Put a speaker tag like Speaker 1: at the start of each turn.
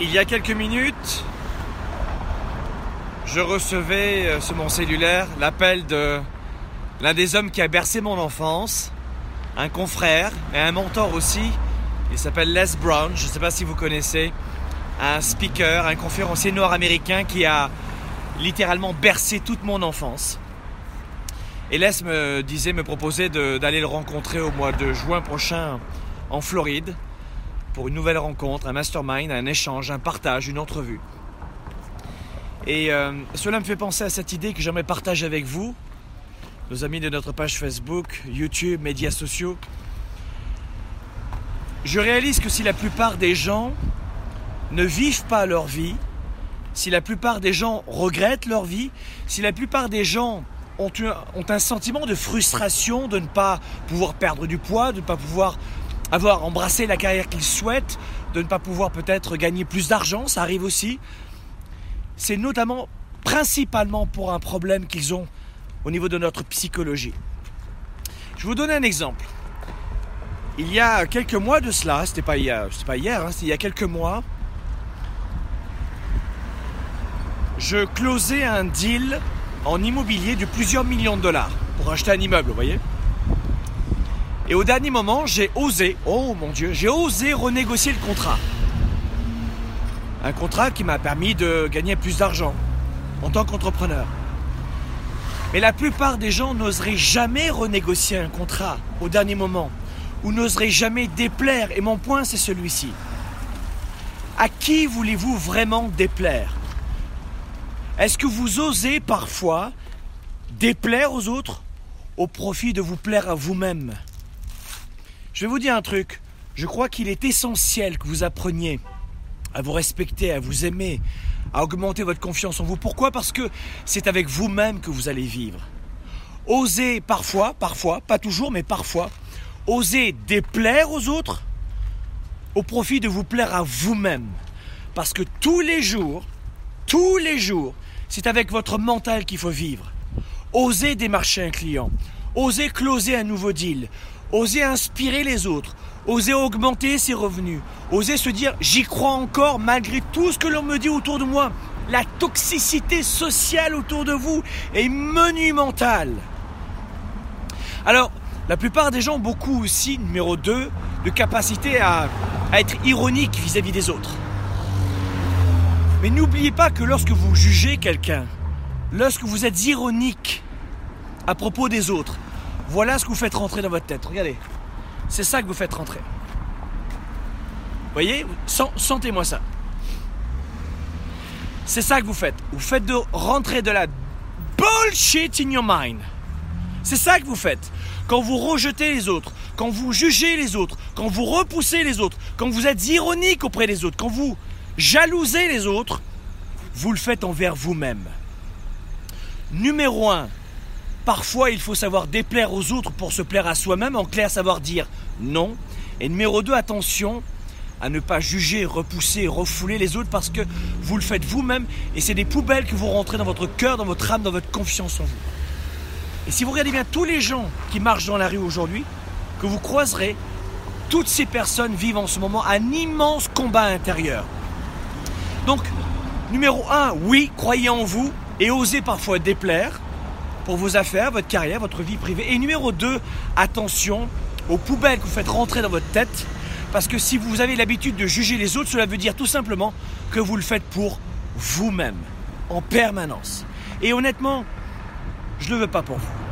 Speaker 1: Il y a quelques minutes, je recevais sur mon cellulaire l'appel de l'un des hommes qui a bercé mon enfance, un confrère et un mentor aussi. Il s'appelle Les Brown, je ne sais pas si vous connaissez, un speaker, un conférencier nord-américain qui a littéralement bercé toute mon enfance. Et Les me proposait d'aller le rencontrer au mois de juin prochain en Floride pour une nouvelle rencontre, un mastermind, un échange, un partage, une entrevue. Et cela me fait penser à cette idée que j'aimerais partager avec vous, nos amis de notre page Facebook, YouTube, médias sociaux. Je réalise que si la plupart des gens ne vivent pas leur vie, si la plupart des gens regrettent leur vie, si la plupart des gens ont un sentiment de frustration de ne pas pouvoir perdre du poids, de ne pas pouvoir avoir embrassé la carrière qu'ils souhaitent, de ne pas pouvoir peut-être gagner plus d'argent, ça arrive aussi. C'est notamment, principalement pour un problème qu'ils ont au niveau de notre psychologie. Je vais vous donner un exemple. Il y a quelques mois de cela, c'était pas hier, c'était il y a quelques mois, je closais un deal en immobilier de plusieurs millions de dollars pour acheter un immeuble, vous voyez. Et au dernier moment, j'ai osé renégocier le contrat. Un contrat qui m'a permis de gagner plus d'argent en tant qu'entrepreneur. Mais la plupart des gens n'oseraient jamais renégocier un contrat au dernier moment ou n'oseraient jamais déplaire. Et mon point, c'est celui-ci. À qui voulez-vous vraiment déplaire ? Est-ce que vous osez parfois déplaire aux autres au profit de vous plaire à vous-même ? Je vais vous dire un truc. Je crois qu'il est essentiel que vous appreniez à vous respecter, à vous aimer, à augmenter votre confiance en vous. Pourquoi ? Parce que c'est avec vous-même que vous allez vivre. Osez parfois, pas toujours, mais parfois, osez déplaire aux autres au profit de vous plaire à vous-même. Parce que tous les jours, c'est avec votre mental qu'il faut vivre. Osez démarcher un client, osez closer un nouveau deal, osez inspirer les autres, osez augmenter ses revenus, osez se dire « j'y crois encore malgré tout ce que l'on me dit autour de moi ». La toxicité sociale autour de vous est monumentale. Alors, la plupart des gens ont beaucoup aussi, numéro 2, de capacité à être ironique vis-à-vis des autres. Mais n'oubliez pas que lorsque vous jugez quelqu'un, lorsque vous êtes ironique à propos des autres, voilà ce que vous faites rentrer dans votre tête. Regardez, c'est ça que vous faites rentrer. Vous voyez, sentez-moi ça. C'est ça que vous faites. Vous faites de rentrer de la bullshit in your mind. C'est ça que vous faites. Quand vous rejetez les autres, quand vous jugez les autres, quand vous repoussez les autres, quand vous êtes ironique auprès des autres, quand vous jalousez les autres, vous le faites envers vous-même. Numéro 1, parfois il faut savoir déplaire aux autres pour se plaire à soi-même, en clair savoir dire non. Et numéro 2, attention à ne pas juger, repousser, refouler les autres parce que vous le faites vous-même et c'est des poubelles que vous rentrez dans votre cœur, dans votre âme, dans votre confiance en vous. Et si vous regardez bien tous les gens qui marchent dans la rue aujourd'hui, que vous croiserez, toutes ces personnes vivent en ce moment un immense combat intérieur. Donc, numéro 1, oui, croyez en vous et osez parfois déplaire pour vos affaires, votre carrière, votre vie privée. Et numéro 2, attention aux poubelles que vous faites rentrer dans votre tête parce que si vous avez l'habitude de juger les autres, cela veut dire tout simplement que vous le faites pour vous-même, en permanence. Et honnêtement, je ne le veux pas pour vous.